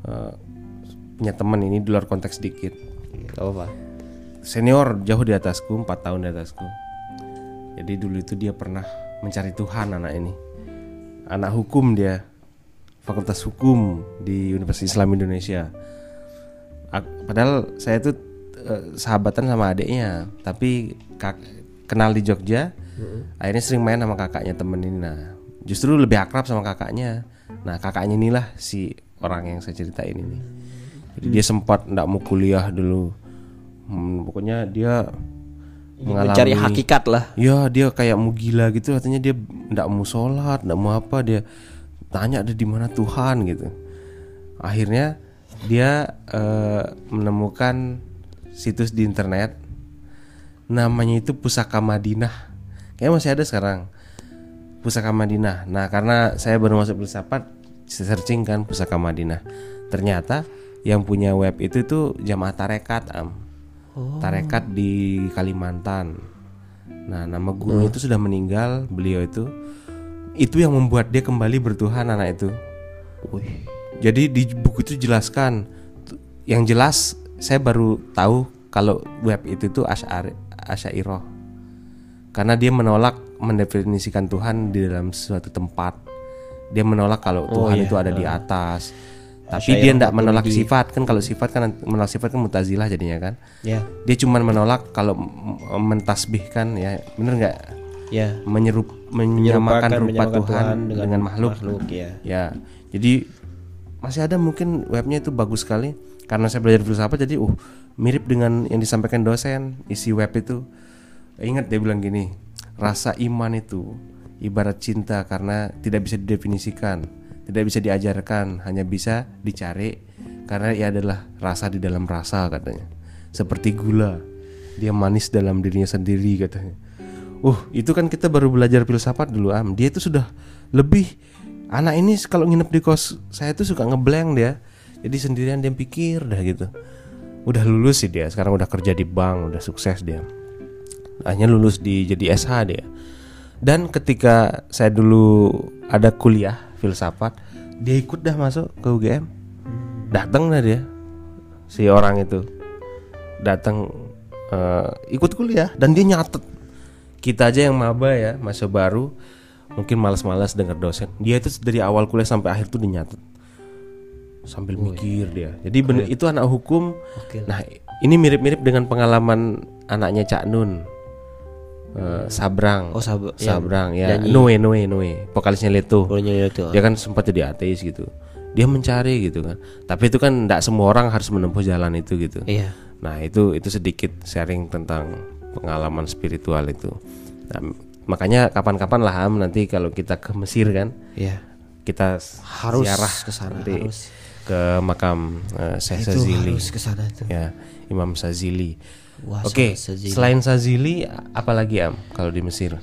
uh, punya teman ini di luar konteks dikit. Gak apa-apa. Senior jauh di atasku, empat tahun di atasku. Jadi dulu itu dia pernah mencari Tuhan anak ini. Anak hukum dia, Fakultas Hukum di Universitas Islam Indonesia. Padahal saya tuh uh, sahabatan sama adiknya, tapi kak, kenal di Jogja. Mm-hmm. Akhirnya sering main sama kakaknya temen ini. Nah, justru lebih akrab sama kakaknya. Nah, kakaknya inilah si orang yang saya ceritain ini. Jadi dia sempat nggak mau kuliah dulu. Hmm, pokoknya dia mengalami mencari hakikat lah. Ya, dia kayak mau gila gitu. Artinya dia nggak mau sholat, nggak mau apa. Dia tanya ada di mana Tuhan gitu. Akhirnya dia uh, menemukan situs di internet. Namanya itu Pusaka Madinah. Kayaknya masih ada sekarang. Pusaka Madinah. Nah, karena saya baru masuk filsafat, searching kan Pusaka Madinah. Ternyata yang punya web itu tuh Jamaah Tarekat, Am. Oh. Tarekat di Kalimantan. Nah, nama gurunya itu sudah meninggal, beliau itu. Itu yang membuat dia kembali bertuhan anak itu. Wih. Jadi di buku itu jelaskan. Yang jelas saya baru tahu kalau web itu tuh Asy'ari, Asy'ariyah. Karena dia menolak mendefinisikan Tuhan di dalam suatu tempat. Dia menolak kalau Tuhan oh, iya. itu ada di atas. Tapi dia tidak menolak di... sifat kan, kalau sifat kan menolak sifat kan Mu'tazilah jadinya kan. Yeah. Dia cuma menolak kalau mentasbihkan ya, benar nggak? Ya. Yeah. Menyerup menyamakan rupa Tuhan, Tuhan dengan, dengan makhluk. makhluk ya. ya. Jadi masih ada mungkin webnya itu bagus sekali. Karena saya belajar filsafat jadi uh mirip dengan yang disampaikan dosen isi web itu. Ingat dia bilang gini, rasa iman itu ibarat cinta karena tidak bisa didefinisikan. Tidak bisa diajarkan, hanya bisa dicari karena ia adalah rasa di dalam rasa katanya. Seperti gula, dia manis dalam dirinya sendiri katanya. Uh, itu kan kita baru belajar filsafat dulu, Am. Dia itu sudah lebih. Anak ini kalau nginep di kos saya tuh suka ngeblank dia. Jadi sendirian dia pikir dah gitu. Udah lulus sih dia, sekarang udah kerja di bank, udah sukses dia. Hanya lulus di jadi S H dia. Dan ketika saya dulu ada kuliah filsafat, dia ikut dah masuk ke U G M. Datang dah dia, si orang itu datang uh, ikut kuliah dan dia nyatet. Kita aja yang maba ya, masa baru, mungkin malas-malas dengar dosen. Dia itu dari awal kuliah sampai akhir tuh dia nyatet sambil oh, mikir iya. dia. Jadi bener, itu anak hukum. Okay. Nah ini mirip-mirip dengan pengalaman anaknya Cak Nun. Uh, Sabrang, oh Sab- Sabrang ya, ya. Noe Noe Noe, vokalisnya Leto. Leto. Dia kan sempat jadi ateis gitu. Dia mencari gitu kan. Tapi itu kan tidak semua orang harus menempuh jalan itu gitu. Iya. Nah itu itu sedikit sharing tentang pengalaman spiritual itu. Nah, makanya kapan-kapan lah Ham nanti kalau kita ke Mesir kan, iya. Kita harus ziarah ke sana, harus ke makam uh, Syekh Sazili. Harus ke sana itu. Ya, Imam Sazili. Oke, okay. Selain Sazili apalagi Am kalau di Mesir?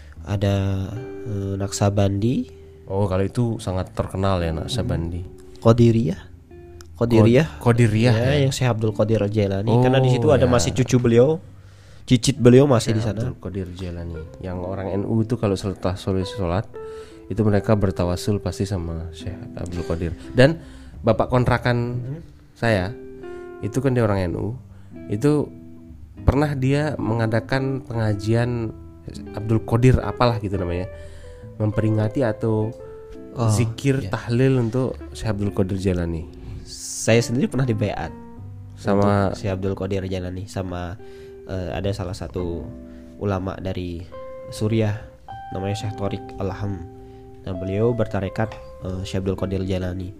Ada uh, Naqsabandi. Oh, kalau itu sangat terkenal ya Naqsabandi. Qadiriyah. Qadiriyah. Qadiriyah ya, ya. Yang Syekh Abdul Qadir Jailani. Oh, karena di situ ya. Ada masih cucu beliau. Cicit beliau masih di sana. Abdul Qadir Jailani. Yang orang N U itu kalau setelah sholat itu mereka bertawasul pasti sama Syekh Abdul Qadir. Dan bapak kontrakan hmm. saya itu kan dia orang N U. Itu pernah dia mengadakan pengajian Abdul Qadir apalah gitu namanya, memperingati atau oh, zikir iya. tahlil untuk Syekh Abdul Qadir Jailani. Saya sendiri pernah di baiat sama Syekh Abdul Qadir Jailani sama uh, ada salah satu ulama dari Suriah namanya Syekh Tariq Al-Ham. Nah beliau bertarekat uh, Syekh Abdul Qadir Jailani.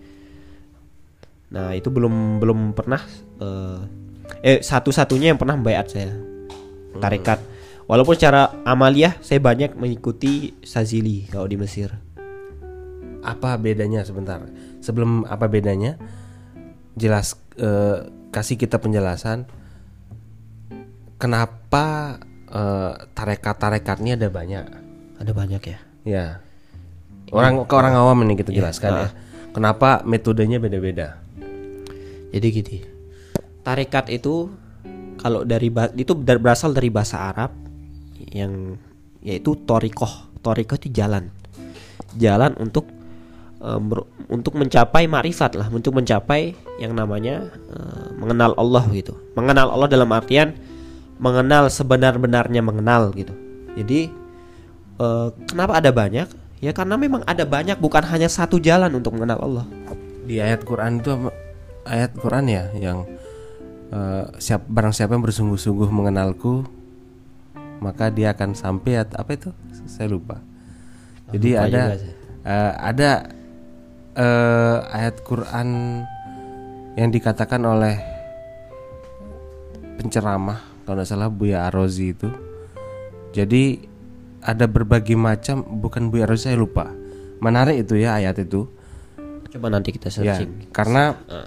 Nah itu belum belum pernah uh, Eh satu-satunya yang pernah baiat saya tarekat. hmm. Walaupun secara amaliah saya banyak mengikuti Sazili kalau di Mesir. Apa bedanya sebentar? Sebelum apa bedanya? Jelas eh, kasih kita penjelasan kenapa eh, tarekat-tarekatnya ada banyak. Ada banyak ya. Ya. Orang ke orang awam ini kita jelaskan ya. ya. Kenapa metodenya beda-beda? Jadi gini. Tarekat itu kalau dari itu berasal dari bahasa Arab yang yaitu torikoh. Torikoh itu jalan, jalan untuk uh, ber- untuk mencapai makrifat lah, untuk mencapai yang namanya uh, mengenal Allah gitu. Mengenal Allah dalam artian mengenal sebenar-benarnya mengenal gitu. Jadi uh, kenapa ada banyak? Ya karena memang ada banyak, bukan hanya satu jalan untuk mengenal Allah. Di ayat Quran itu apa? Ayat Quran ya yang uh, siap barang siapa yang bersungguh-sungguh mengenalku maka dia akan sampai at- apa itu? Saya lupa. Jadi Lupa ada juga sih. uh, ada uh, ayat Quran yang dikatakan oleh penceramah kalau tidak salah Buya Arrozi itu. Jadi ada berbagai macam, bukan Buya Arrozi, saya lupa. Menarik itu ya ayat itu. Coba nanti kita Ya, searching. karena Ah.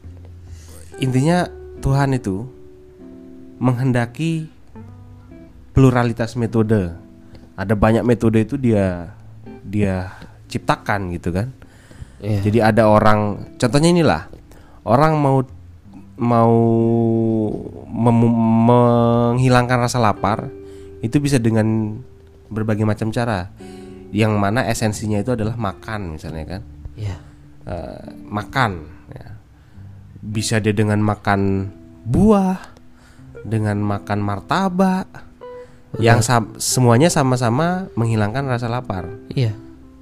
intinya Tuhan itu menghendaki pluralitas metode. Ada banyak metode itu dia dia ciptakan gitu kan. Iya. Jadi ada orang, contohnya inilah, orang mau mau mem- menghilangkan rasa lapar itu bisa dengan berbagai macam cara. Yang mana esensinya itu adalah makan misalnya kan. Iya. Uh, makan ya. Bisa dia dengan makan buah, dengan makan martabak. Betul. Yang sam- semuanya sama-sama menghilangkan rasa lapar. Iya.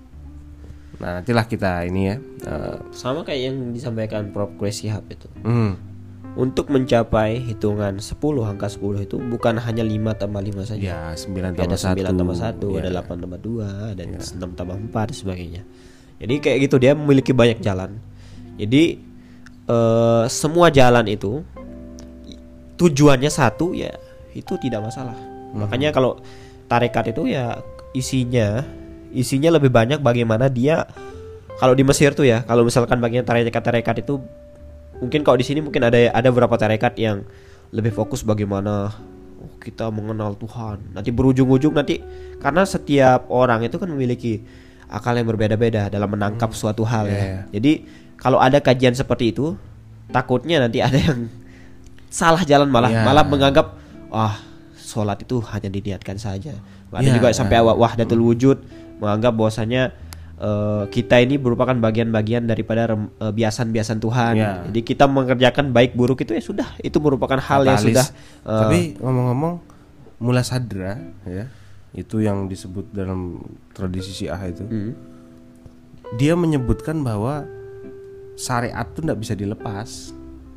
Nah nantilah kita ini ya uh, Sama kayak yang disampaikan Prof Quraish Shihab itu. hmm, Untuk mencapai hitungan sepuluh, angka sepuluh itu bukan hanya lima tambah lima saja. ya sembilan Tapi tambah ada sembilan satu tambah satu, ya. ada delapan tambah dua, dan enam tambah empat dan sebagainya. Jadi kayak gitu, dia memiliki banyak jalan. Jadi eh, semua jalan itu tujuannya satu ya, itu tidak masalah. Hmm. Makanya kalau tarekat itu ya isinya isinya lebih banyak bagaimana dia, kalau di Mesir tuh ya, kalau misalkan bagian tarekat-tarekat itu mungkin kalau di sini mungkin ada ada beberapa tarekat yang lebih fokus bagaimana oh, kita mengenal Tuhan. Nanti berujung-ujung nanti, karena setiap orang itu kan memiliki akal yang berbeda-beda dalam menangkap suatu hal Yeah, ya. yeah. Jadi kalau ada kajian seperti itu, takutnya nanti ada yang salah jalan, malah Yeah. malah menganggap wah sholat itu hanya diniatkan saja. Ada Yeah, juga sampai yeah. awak wahdatul wujud, menganggap bahwasanya eh, kita ini merupakan bagian-bagian daripada rem- eh, biasan-biasan Tuhan. Yeah. Jadi kita mengerjakan baik buruk itu ya sudah, itu merupakan hal yang Fatalis. sudah eh, Tapi ngomong-ngomong mula sadra ya, itu yang disebut dalam tradisi Syiah itu. hmm, Dia menyebutkan bahwa syariat itu tidak bisa dilepas.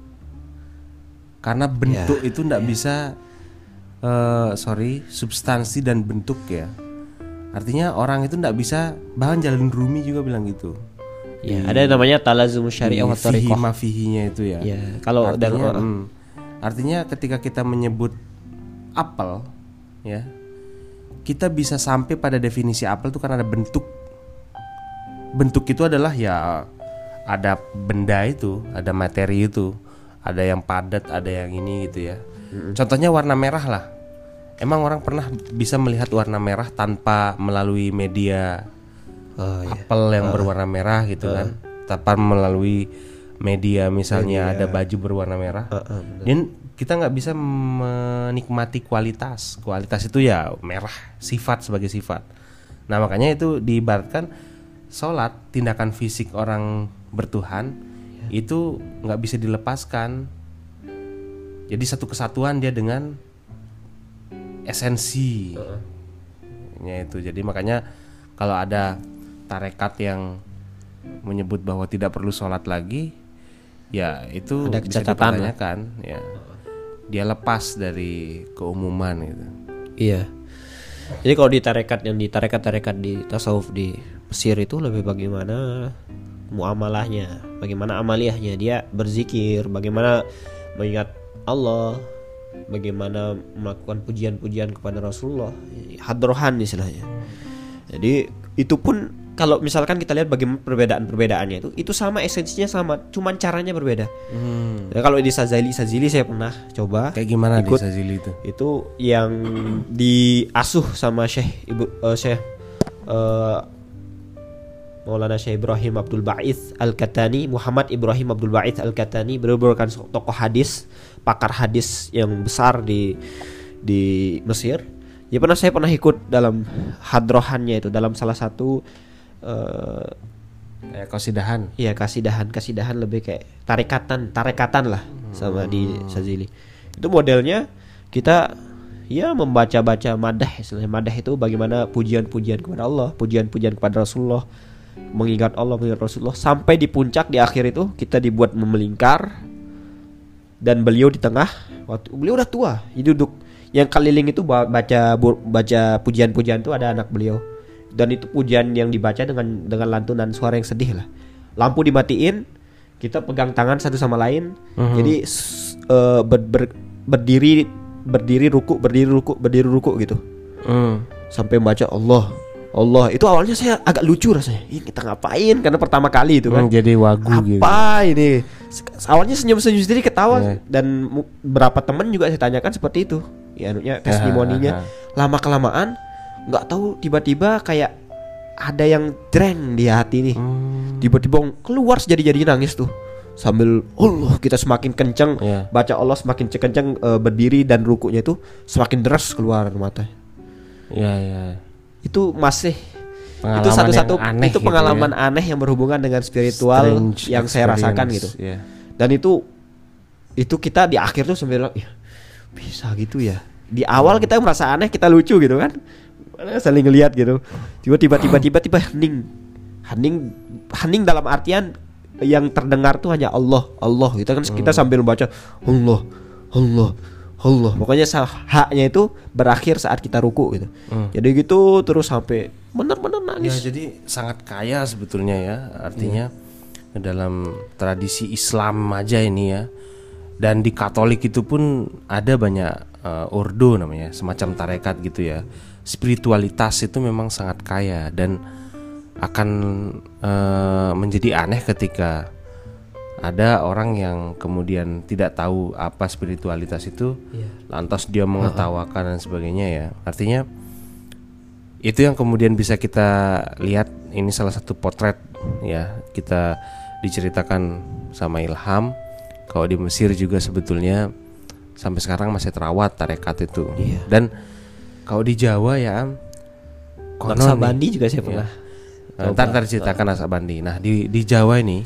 Karena bentuk itu tidak bisa eh, sorry, substansi dan bentuk ya. Artinya orang itu tidak bisa, bahkan Jalal Rumi juga bilang gitu. ya, ada yang namanya talazum syariah wa Fihi thariqah. mafihinya itu ya. Ya, kalau artinya, dalam hmm, artinya ketika kita menyebut apel ya, kita bisa sampai pada definisi apel itu karena ada bentuk. Bentuk itu adalah ya ada benda itu, ada materi itu, ada yang padat, ada yang ini gitu ya. Contohnya warna merah lah. Emang orang pernah bisa melihat warna merah tanpa melalui media Oh, ya. apel yang berwarna merah gitu kan, tanpa melalui media misalnya ada baju berwarna merah. Uh, uh, benar. Dan kita nggak bisa menikmati kualitas. Kualitas itu ya merah, sifat sebagai sifat. Nah makanya itu diibaratkan sholat, tindakan fisik orang bertuhan itu nggak bisa dilepaskan. Jadi satu kesatuan dia dengan esensi nya itu. Jadi makanya kalau ada tarekat yang menyebut bahwa tidak perlu sholat lagi, ya itu Ada bisa catatan lah. dipertanyakan ya. Dia lepas dari keumuman gitu. Iya. Jadi kalau di tarekat yang di tarekat-tarekat di tasawuf di Mesir itu lebih bagaimana muamalahnya, bagaimana amaliyahnya, dia berzikir, bagaimana mengingat Allah, bagaimana melakukan pujian-pujian kepada Rasulullah, hadrohan istilahnya. Jadi itu pun kalau misalkan kita lihat bagaimana perbedaan-perbedaannya itu, itu sama, esensinya sama, cuman caranya berbeda. Hmm. Nah, kalau di Sazili, Sazili saya pernah coba. Kayak gimana di ikut Sazili itu? itu yang diasuh sama Syekh Ibu eh, Syekh eh, Maulana Syekh Ibrahim Abdul Ba'ith Al-Katani, Muhammad Ibrahim Abdul Ba'ith Al-Katani, beliau merupakan tokoh hadis, pakar hadis yang besar di di Mesir. Ya pernah saya pernah ikut dalam hadrohannya itu, dalam salah satu uh, Kayak kosidahan. Iya, kasidahan, kasidahan lebih kayak tarikatan, tarekatan lah sama di Sazili. Itu modelnya kita ya membaca-baca madah, istilahnya madah itu bagaimana pujian-pujian kepada Allah, pujian-pujian kepada Rasulullah, mengingat Allah, mengingat Rasulullah, sampai di puncak di akhir itu kita dibuat memelingkar dan beliau di tengah. Waktu beliau udah tua, jadi duduk yang keliling itu baca baca pujian-pujian itu ada anak beliau. Dan itu pujian yang dibaca dengan dengan lantunan suara yang sedih lah. Lampu dimatiin, kita pegang tangan satu sama lain. Mm-hmm. Jadi uh, ber, ber, berdiri berdiri ruku berdiri ruku berdiri ruku gitu. Mm. Sampai membaca Allah Allah. Itu awalnya saya agak lucu rasanya. Ini kita ngapain? Karena pertama kali itu kan. Mm, jadi wagu apa gitu. Apa ini? Awalnya senyum-senyum sendiri ketawa yeah. Dan beberapa teman juga saya tanyakan seperti itu. Ya anunya testimoninya. Lama kelamaan nggak tahu tiba-tiba kayak ada yang dreng di hati nih. Hmm. Tiba-tiba keluar sejadi-jadinya nangis tuh. Sambil Allah kita semakin kenceng yeah. Baca Allah semakin kenceng, uh, berdiri dan rukunya itu semakin deras keluar mata. Iya ya. Itu masih pengalaman itu satu-satu aneh itu pengalaman gitu ya? Aneh yang berhubungan dengan spiritual Strange yang experience. Saya rasakan gitu. Yeah. Dan itu itu kita di akhir tuh sambil ya, bisa gitu ya. Di awal kita merasa aneh, kita lucu gitu kan. Saling ngelihat gitu. Tiba-tiba tiba-tiba tiba hening. Hening hening dalam artian yang terdengar tuh hanya Allah, Allah. Kita kan kita sambil membaca Allah, Allah, Allah. Pokoknya haknya itu berakhir saat kita ruku gitu. Hmm. Jadi gitu terus sampai benar-benar nangis. Ya, jadi sangat kaya sebetulnya ya. Artinya yeah. Dalam tradisi Islam aja ini ya. Dan di Katolik itu pun ada banyak uh, ordo namanya, semacam tarekat gitu ya. Spiritualitas itu memang sangat kaya dan akan uh, menjadi aneh ketika ada orang yang kemudian tidak tahu apa spiritualitas itu, yeah. lantas dia mengetawakan dan sebagainya ya. Artinya itu yang kemudian bisa kita lihat, ini salah satu potret ya, kita diceritakan sama Ilham kalau di Mesir juga sebetulnya sampai sekarang masih terawat tarekat itu. Yeah. Dan kalau di Jawa ya Naksabandi juga saya pernah. Ya. Ntar ntar ceritakan Naksabandi. Nah di di Jawa ini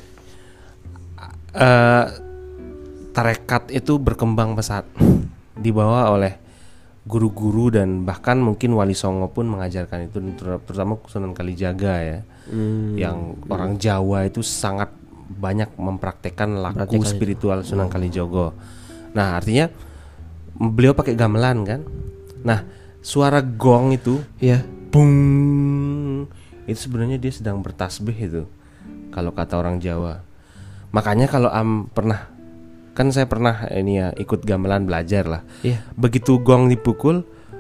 uh, tarekat itu berkembang pesat, dibawa oleh guru-guru dan bahkan mungkin Wali Songo pun mengajarkan itu, terutama Sunan Kalijaga ya, hmm. yang orang Jawa itu sangat banyak mempraktekkan laku spiritual itu. Sunan Kalijogo. Nah artinya beliau pakai gamelan kan. Nah suara gong itu, ya, bung, itu sebenarnya dia sedang bertasbih itu, kalau kata orang Jawa. Makanya kalau am pernah, kan saya pernah ini ya ikut gamelan belajar lah. Ya. Begitu gong dipukul,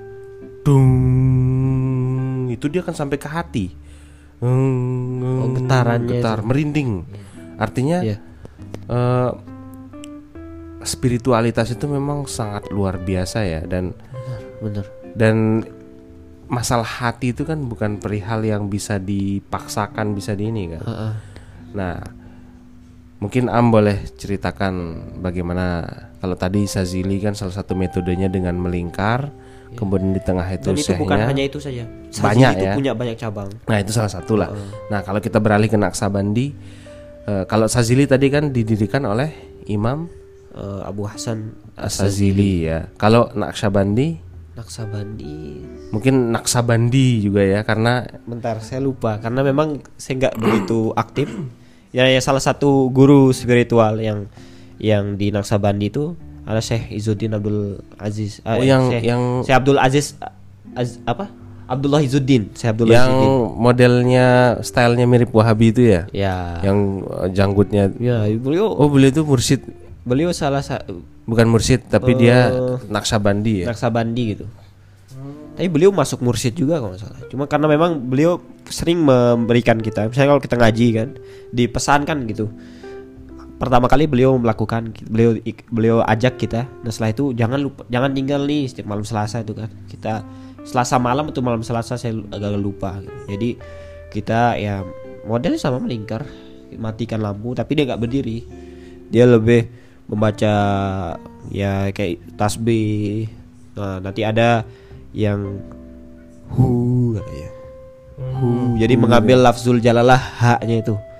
dung, itu dia akan sampai ke hati. Oh, getarannya, getar, itu. Merinding. Artinya ya. uh, spiritualitas itu memang sangat luar biasa ya, dan benar, benar. Dan masalah hati itu kan bukan perihal yang bisa dipaksakan, bisa di ini kan. Uh-uh. Nah, mungkin Am boleh ceritakan bagaimana kalau tadi Sazili kan salah satu metodenya dengan melingkar, yeah. kemudian di tengah itu dan itu bukan hanya itu saja. Sazili banyak itu ya. punya banyak cabang. Nah itu salah satu lah. Uh-uh. Nah kalau kita beralih ke Naksabandi, uh, kalau Sazili tadi kan didirikan oleh Imam uh, Abu Hasan As-Sazili ya. Kalau Naksabandi Naksabandi mungkin Naksabandi juga ya, karena bentar saya lupa karena memang saya nggak begitu aktif ya, ya salah satu guru spiritual yang yang di Naksabandi itu ada Syekh Izzuddin Abdul Aziz. Oh, eh, yang Syekh, yang Syekh Abdul Aziz Az, apa Abdullah Izzuddin Syekh Abdullah yang Izzuddin. Modelnya stylenya mirip Wahabi itu ya, ya. Yang janggutnya ya beliau. Oh beliau itu mursyid. Beliau salah satu, bukan mursyid tapi uh, dia Naksabandi ya. Naksabandi gitu. Hmm. Tapi beliau masuk mursyid juga kalau nggak salah. Cuma karena memang beliau sering memberikan kita, misalnya kalau kita ngaji kan, dipesankan gitu. Pertama kali beliau melakukan, beliau beliau ajak kita. Nah setelah itu jangan lupa, jangan tinggal nih setiap malam Selasa itu kan. Kita Selasa malam atau malam Selasa saya agak lupa. Gitu. Jadi kita ya modelnya sama melingkar, matikan lampu, tapi dia nggak berdiri. Dia lebih membaca ya kayak tasbih. Nah, nanti ada yang hu katanya. Hu. Jadi mengambil lafzul jalalah haknya itu.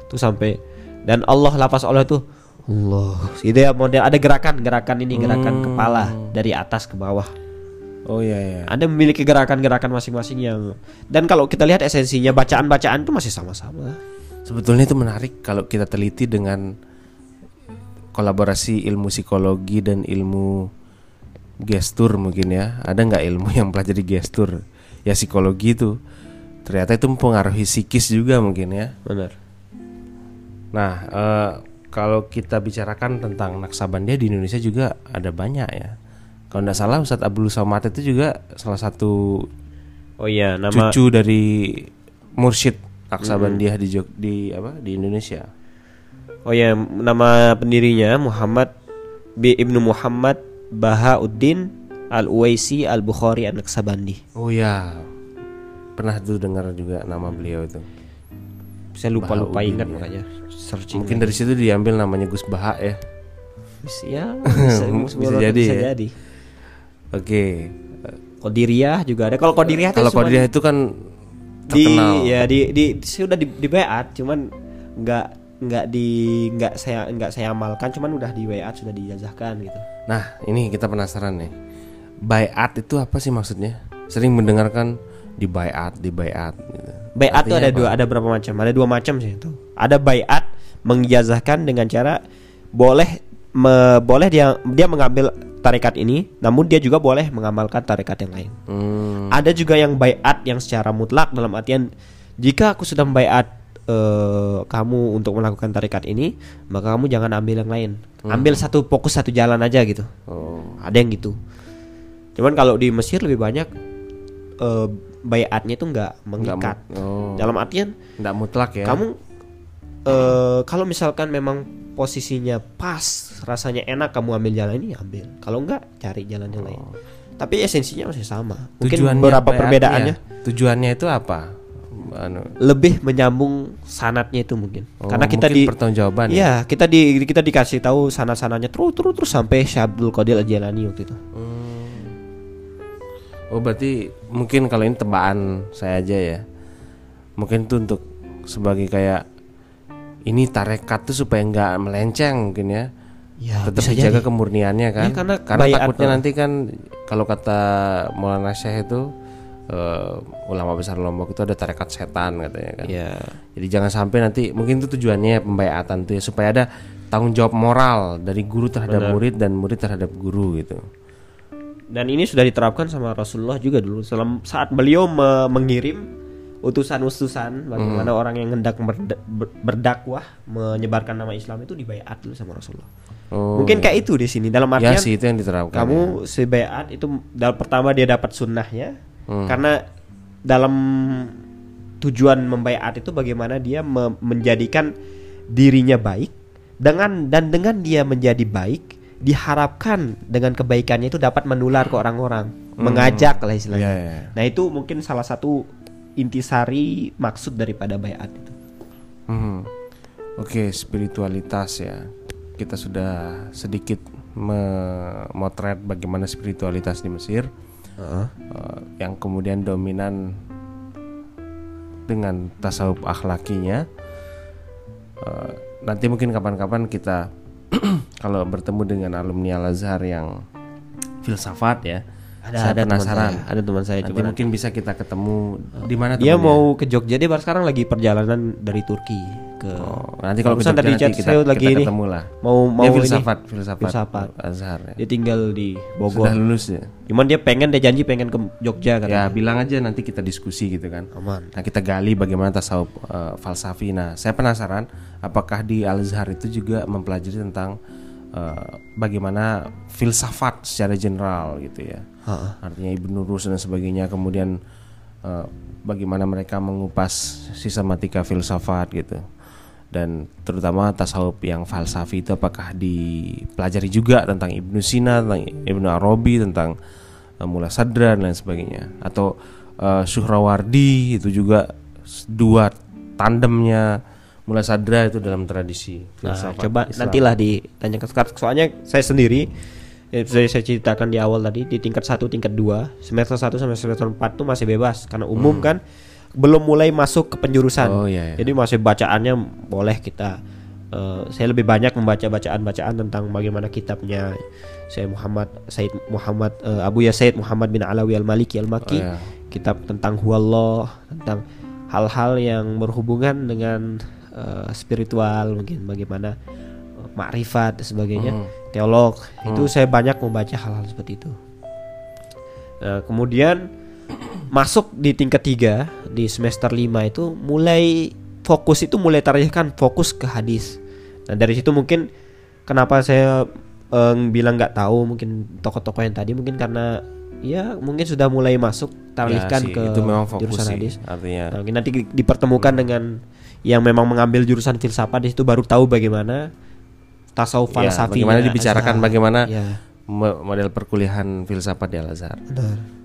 tuh sampai, dan Allah, lafaz Allah tuh Allah. Gitu ya, model ada gerakan-gerakan ini, gerakan Hmm. kepala dari atas ke bawah. Oh iya ya. Anda memiliki gerakan-gerakan masing-masing yang, dan kalau kita lihat esensinya bacaan-bacaan itu masih sama-sama. Sebetulnya itu menarik kalau kita teliti dengan kolaborasi ilmu psikologi dan ilmu gestur mungkin ya. Ada nggak ilmu yang pelajari gestur? Ya psikologi itu ternyata itu mempengaruhi psikis juga mungkin ya. Benar. Nah, eh, kalau kita bicarakan tentang Naksabandia di Indonesia juga ada banyak ya. Kalau tidak salah Ustadz Abdul Somad itu juga salah satu Oh iya, nama cucu dari mursyid Naksabandia di Jog- di apa di Indonesia. Oh ya, nama pendirinya Muhammad B Ibnu Muhammad Bahauddin Al-Uwaisi Al-Bukhari An-Naksabandi. Oh ya, pernah tuh dengar juga nama beliau itu. Saya lupa-lupa Bahauddin, ingat ya. makanya searching. Mungkin dari situ diambil namanya Gus Baha ya. ya, bisa, Bisa jadi bisa ya. jadi. Oke. Qadiriyah juga ada. Kalau Qadiriyah Kalau cuman Qadiriyah itu kan di terkenal. ya di di sudah di, di bayat, cuman nggak nggak di nggak saya nggak saya amalkan, cuman udah di bayat, sudah dijazahkan gitu. Nah, ini kita penasaran nih. Baiat itu apa sih maksudnya? Sering mendengarkan di baiat, di baiat gitu. Bayat itu Artinya ada apa? dua, ada berapa macam? Ada dua macam sih itu. Ada bayat mengijazahkan dengan cara boleh me, boleh dia dia mengambil tarekat ini, namun dia juga boleh mengamalkan tarekat yang lain. Hmm. Ada juga yang bayat yang secara mutlak, dalam artian jika aku sudah bayat eh, kamu untuk melakukan tarekat ini, maka kamu jangan ambil yang lain. Ambil satu, fokus satu jalan aja gitu. Oh. Ada yang gitu. Cuman kalau di Mesir lebih banyak eh, bayatnya itu nggak mengikat. Nggak mu- oh. Dalam artian Nggak mutlak ya. kamu eh, kalau misalkan memang posisinya pas, rasanya enak, kamu ambil jalan ini, ambil. Kalau enggak, cari jalan yang lain. Tapi esensinya masih sama. Mungkin Tujuannya beberapa baiatnya, perbedaannya Tujuannya itu apa? Anu, lebih menyambung sanatnya itu mungkin. oh, Karena kita mungkin di pertanggungjawaban ya. Iya, kita di kita dikasih tahu sanat-sanatnya terus terus terus sampai Syekh Abdul Qadir Al-Jilani waktu itu. Hmm. Oh berarti mungkin kalau ini tebakan saya aja ya. Mungkin itu untuk sebagai kayak ini tarekat tuh supaya nggak melenceng mungkin ya. Ya, Tetap bisa dijaga jadi. kemurniannya kan. Ya, karena karena bayat takutnya tuh. nanti kan kalau kata Maulana Syekh itu eh, ulama besar Lombok itu ada tarekat setan katanya kan. Iya. Jadi jangan sampai nanti mungkin itu tujuannya pembayatan tuh ya supaya ada tanggung jawab moral dari guru terhadap Benar. murid dan murid terhadap guru gitu. Dan ini sudah diterapkan sama Rasulullah juga dulu selam- saat beliau me- mengirim utusan-utusan bagaimana orang yang hendak berda- ber- berdakwah menyebarkan nama Islam itu dibayat dulu sama Rasulullah. Oh, Mungkin iya. kayak itu di sini dalam Ya artian sih itu yang diterapkan. ya. kamu sebayat itu dal- pertama dia dapat sunnahnya. Hmm. Karena dalam tujuan membayat itu bagaimana dia me- menjadikan dirinya baik dengan dan dengan dia menjadi baik diharapkan dengan kebaikannya itu dapat menular ke orang-orang, mengajak lah istilahnya. Iya, iya. Nah itu mungkin salah satu intisari maksud daripada bayat itu. Hmm. Oke, spiritualitas ya. Kita sudah sedikit memotret bagaimana spiritualitas di Mesir. Uh-huh. eh, yang kemudian dominan dengan tasawuf akhlakinya. Eh, nanti mungkin kapan-kapan kita kalau bertemu dengan alumni Al-Azhar yang filsafat ya, Ada saya ada teman penasaran. saya, ada teman saya Nanti coba mungkin bisa kita ketemu di mana dia temannya? mau ke Jogja, dia baru sekarang lagi perjalanan dari Turki ke Oh, nanti kalau ke Barusan Jogja tadi nanti chat kita, saya lagi kita ini. ketemu lah. mau mau Dia ini filsafat, filsafat, filsafat. Azhar ya. Dia tinggal di Sudah Bogor. lulus ya. Cuman dia pengen, dia janji pengen ke Jogja Ya katanya. bilang aja nanti kita diskusi gitu kan. Aman. Nah kita gali bagaimana tasawuf eh, falsafi. Nah saya penasaran apakah di Al-Azhar itu juga mempelajari tentang eh, bagaimana filsafat secara general gitu ya. Ha-ha. Artinya Ibnu Rushd dan sebagainya. Kemudian eh, bagaimana mereka mengupas sistematika filsafat gitu. Dan terutama tasawuf yang falsafi itu apakah dipelajari juga tentang Ibnu Sina, tentang Ibnu Arabi, tentang uh, Mullah Sadra dan lain sebagainya. Atau uh, Suhrawardi itu juga s- dua tandemnya Mullah Sadra itu dalam tradisi Nah, filsafat coba Islam. nantilah ditanyakan sekarang. Soalnya saya sendiri eh, saya, saya ceritakan di awal tadi, di tingkat satu, tingkat dua, semester satu sampai semester empat tuh masih bebas karena umum Hmm. kan. belum mulai masuk ke penjurusan. Oh, iya, iya. Jadi masih bacaannya boleh kita. Uh, saya lebih banyak membaca bacaan-bacaan tentang bagaimana kitabnya saya Muhammad Said Muhammad uh, Abu Ya Said Muhammad bin Alawi Al-Maliki Al-Maki. Oh, iya. Kitab tentang huwallah, tentang hal-hal yang berhubungan dengan uh, spiritual, mungkin bagaimana uh, makrifat dan sebagainya, hmm. teolog. Hmm. Itu saya banyak membaca hal-hal seperti itu. Nah, kemudian masuk di tingkat tiga di semester lima itu mulai fokus itu mulai terarahkan fokus ke hadis. Nah dari situ mungkin kenapa saya eh, bilang nggak tahu mungkin tokoh-tokoh yang tadi mungkin karena ya mungkin sudah mulai masuk teralihkan ya, ke itu memang fokus jurusan sih, hadis. Artinya nah, mungkin nanti dipertemukan hmm. dengan yang memang mengambil jurusan filsafat, di situ baru tahu bagaimana tasawuf falsafinya. Ya, bagaimana dibicarakan Azhar. bagaimana ya. model perkuliahan filsafat di Al-Azhar. Benar.